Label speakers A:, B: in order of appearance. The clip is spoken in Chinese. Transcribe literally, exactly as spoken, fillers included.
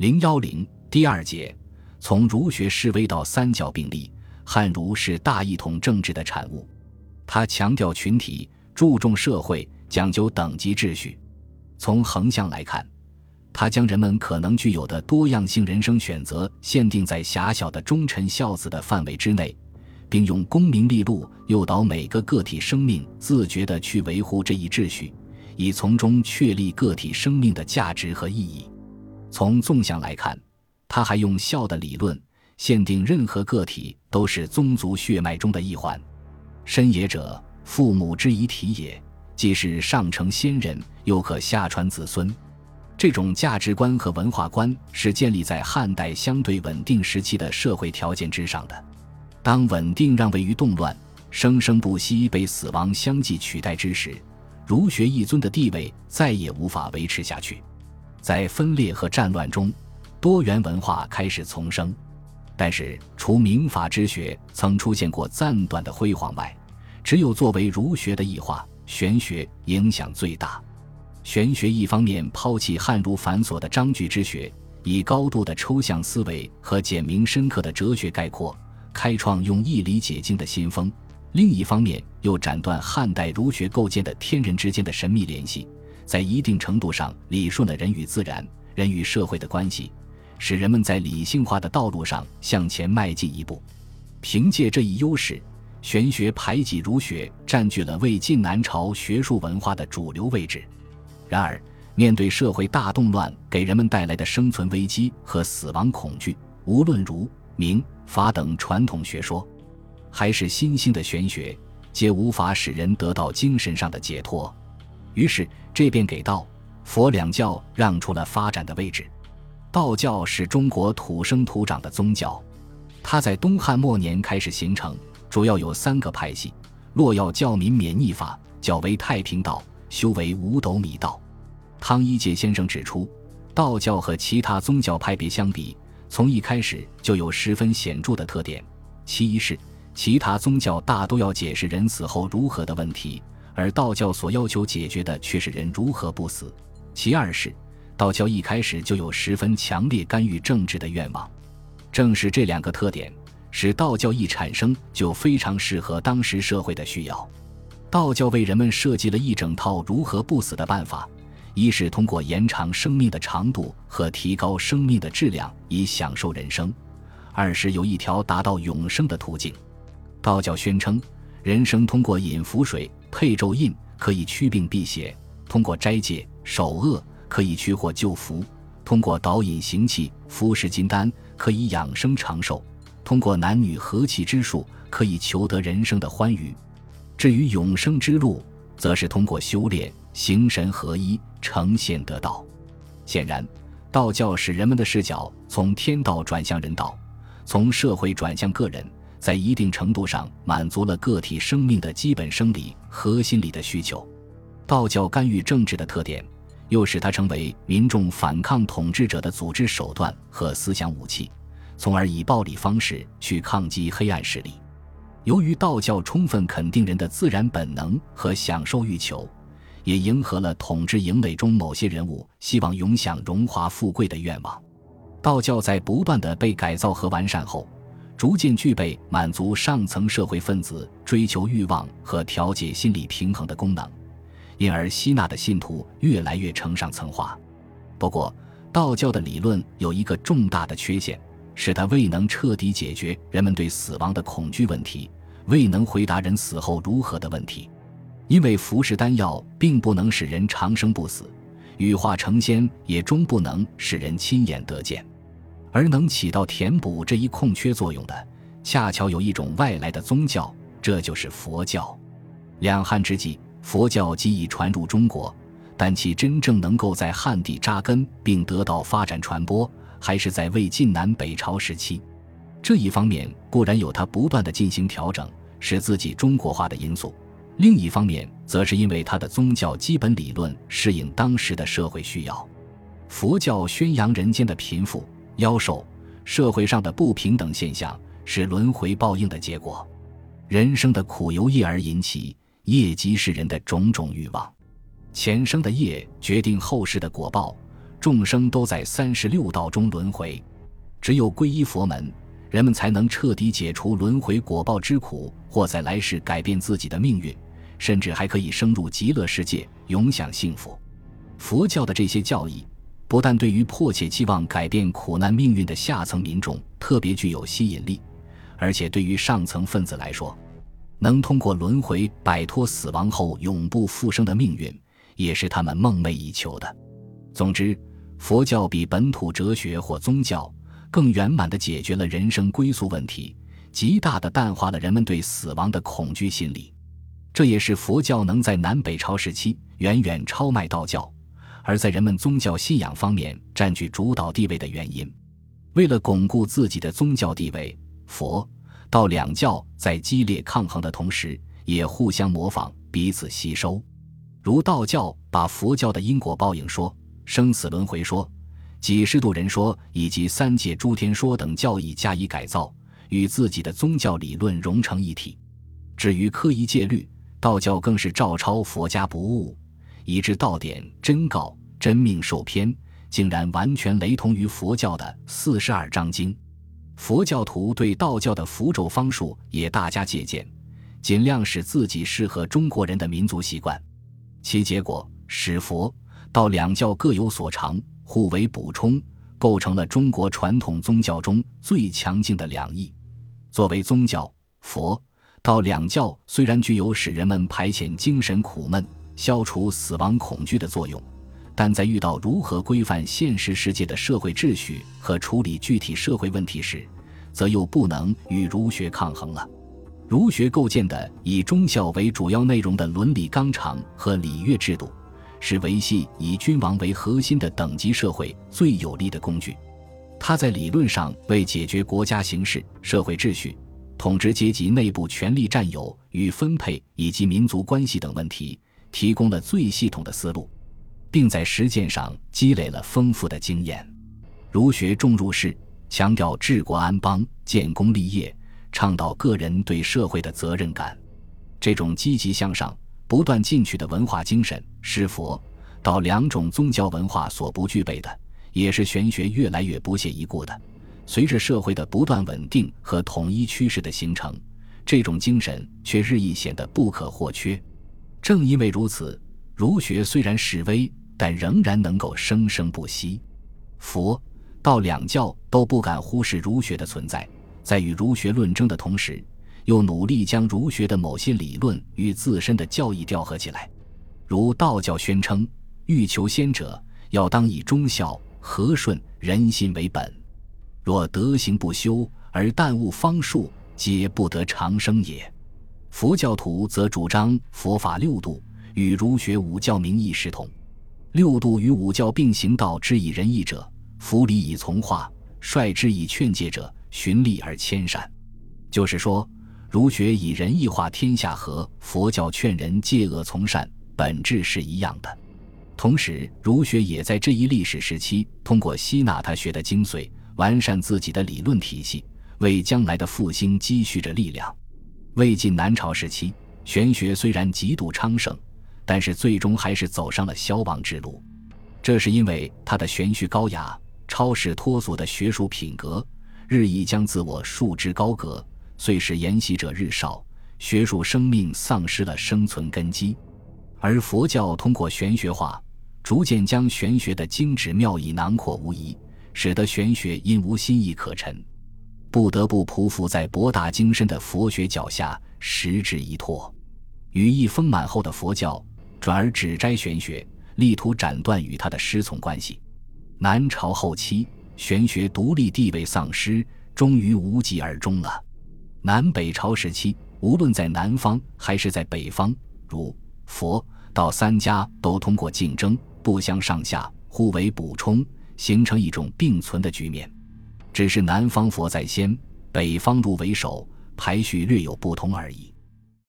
A: 零一零第二节，从儒学式微到三教并立，汉儒是大一统政治的产物。他强调群体，注重社会，讲究等级秩序。从横向来看，他将人们可能具有的多样性人生选择限定在狭小的忠臣孝子的范围之内，并用功名利禄诱导每个个体生命自觉地去维护这一秩序，以从中确立个体生命的价值和意义。从纵向来看，他还用孝的理论限定任何个体都是宗族血脉中的一环。身也者，父母之遗体也，既是上承先人，又可下传子孙。这种价值观和文化观是建立在汉代相对稳定时期的社会条件之上的。当稳定让位于动乱，生生不息被死亡相继取代之时，儒学一尊的地位再也无法维持下去。在分裂和战乱中，多元文化开始丛生。但是除民法之学曾出现过暂短的辉煌外，只有作为儒学的异化，玄学影响最大。玄学一方面抛弃汉儒繁琐的章句之学，以高度的抽象思维和简明深刻的哲学概括，开创用义理解经的新风；另一方面又斩断汉代儒学构建的天人之间的神秘联系，在一定程度上理顺了人与自然、人与社会的关系，使人们在理性化的道路上向前迈进一步。凭借这一优势，玄学排挤儒学，占据了魏晋南朝学术文化的主流位置。然而，面对社会大动乱给人们带来的生存危机和死亡恐惧，无论儒、明、法等传统学说，还是新兴的玄学，皆无法使人得到精神上的解脱。于是，这便给道、佛两教让出了发展的位置。道教是中国土生土长的宗教，它在东汉末年开始形成，主要有三个派系：洛药教民免逆法，较为太平道，修为五斗米道。汤一介先生指出，道教和其他宗教派别相比，从一开始就有十分显著的特点。其一是，其他宗教大都要解释人死后如何的问题，而道教所要求解决的却是人如何不死。其二是，道教一开始就有十分强烈干预政治的愿望。正是这两个特点，使道教一产生就非常适合当时社会的需要。道教为人们设计了一整套如何不死的办法，一是通过延长生命的长度和提高生命的质量以享受人生，二是有一条达到永生的途径。道教宣称，人生通过饮符水、配咒印可以驱病辟邪，通过斋戒、守恶可以驱祸救福，通过导引行气、服食金丹可以养生长寿，通过男女和气之术可以求得人生的欢愉。至于永生之路，则是通过修炼形神合一，成仙得道。显然，道教使人们的视角从天道转向人道，从社会转向个人，在一定程度上满足了个体生命的基本生理和心理的需求。道教干预政治的特点，又使它成为民众反抗统治者的组织手段和思想武器，从而以暴力方式去抗击黑暗势力。由于道教充分肯定人的自然本能和享受欲求，也迎合了统治营垒中某些人物希望永享荣华富贵的愿望。道教在不断地被改造和完善后，逐渐具备满足上层社会分子追求欲望和调节心理平衡的功能，因而吸纳的信徒越来越呈上层化。不过，道教的理论有一个重大的缺陷，是它未能彻底解决人们对死亡的恐惧问题，未能回答人死后如何的问题。因为服食丹药并不能使人长生不死，羽化成仙也终不能使人亲眼得见，而能起到填补这一空缺作用的，恰巧有一种外来的宗教，这就是佛教。两汉之际，佛教既已传入中国，但其真正能够在汉地扎根并得到发展传播，还是在魏晋南北朝时期。这一方面固然有它不断地进行调整，使自己中国化的因素，另一方面则是因为它的宗教基本理论适应当时的社会需要。佛教宣扬人间的贫富、夭寿、社会上的不平等现象是轮回报应的结果，人生的苦由业而引起，业即是人的种种欲望，前生的业决定后世的果报， 众生都在三十六道中轮回，只有皈依佛门，人们才能彻底解除轮回果报之苦，或在来世改变自己的命运，甚至还可以升入极乐世界，永享幸福。佛教的这些教义不但对于迫切期望改变苦难命运的下层民众特别具有吸引力，而且对于上层分子来说，能通过轮回摆脱死亡后永不复生的命运，也是他们梦寐以求的。总之，佛教比本土哲学或宗教更圆满地解决了人生归宿问题，极大地淡化了人们对死亡的恐惧心理。这也是佛教能在南北朝时期远远超迈道教，而在人们宗教信仰方面占据主导地位的原因。为了巩固自己的宗教地位，佛、道两教在激烈抗衡的同时，也互相模仿，彼此吸收。如道教把佛教的因果报应说、生死轮回说、几十度人说以及三界诸天说等教义加以改造，与自己的宗教理论融成一体。至于科仪戒律，道教更是照抄佛家不误，以致道典真告、真命受偏竟然完全雷同于佛教的四十二章经。佛教徒对道教的符咒方术也大加借鉴，尽量使自己适合中国人的民族习惯。其结果使佛、道两教各有所长，互为补充，构成了中国传统宗教中最强劲的两义。作为宗教，佛、道两教虽然具有使人们排遣精神苦闷、消除死亡恐惧的作用，但在遇到如何规范现实世界的社会秩序和处理具体社会问题时，则又不能与儒学抗衡了。儒学构建的以忠孝为主要内容的伦理纲常和礼乐制度，是维系以君王为核心的等级社会最有力的工具。它在理论上为解决国家形势、社会秩序、统治阶级内部权力占有与分配以及民族关系等问题提供了最系统的思路，并在实践上积累了丰富的经验。儒学重入世，强调治国安邦、建功立业，倡导个人对社会的责任感。这种积极向上、不断进取的文化精神，是佛、道两种宗教文化所不具备的，也是玄学越来越不屑一顾的。随着社会的不断稳定和统一趋势的形成，这种精神却日益显得不可或缺。正因为如此，儒学虽然式微，但仍然能够生生不息。佛、道两教都不敢忽视儒学的存在，在与儒学论争的同时，又努力将儒学的某些理论与自身的教义调和起来。如道教宣称，欲求仙者，要当以忠孝、和顺、仁信为本，若德行不修而耽误方术，皆不得长生也。佛教徒则主张佛法六度与儒学五教名义视同。六度与五教并行，道之以仁义者，服礼以从化，率之以劝诫者，循例而谦善。就是说，儒学以仁义化天下，和佛教劝人戒恶从善本质是一样的。同时，儒学也在这一历史时期通过吸纳他学的精髓，完善自己的理论体系，为将来的复兴积蓄着力量。魏晋南朝时期，玄学虽然极度昌盛，但是最终还是走上了消亡之路。这是因为他的玄虚高雅、超世脱俗的学术品格，日益将自我束之高阁，遂使研习者日少，学术生命丧失了生存根基。而佛教通过玄学化，逐渐将玄学的精旨妙义囊括无遗，使得玄学因无新意可陈，不得不匍匐在博大精深的佛学脚下，食之一唾。羽翼丰满后的佛教转而只摘玄学，力图斩断与他的师从关系。南朝后期，玄学独立地位丧失，终于无疾而终了。南北朝时期，无论在南方还是在北方，儒、佛、道三家都通过竞争，不相上下，互为补充，形成一种并存的局面。只是南方佛在先，北方儒为首，排序略有不同而已。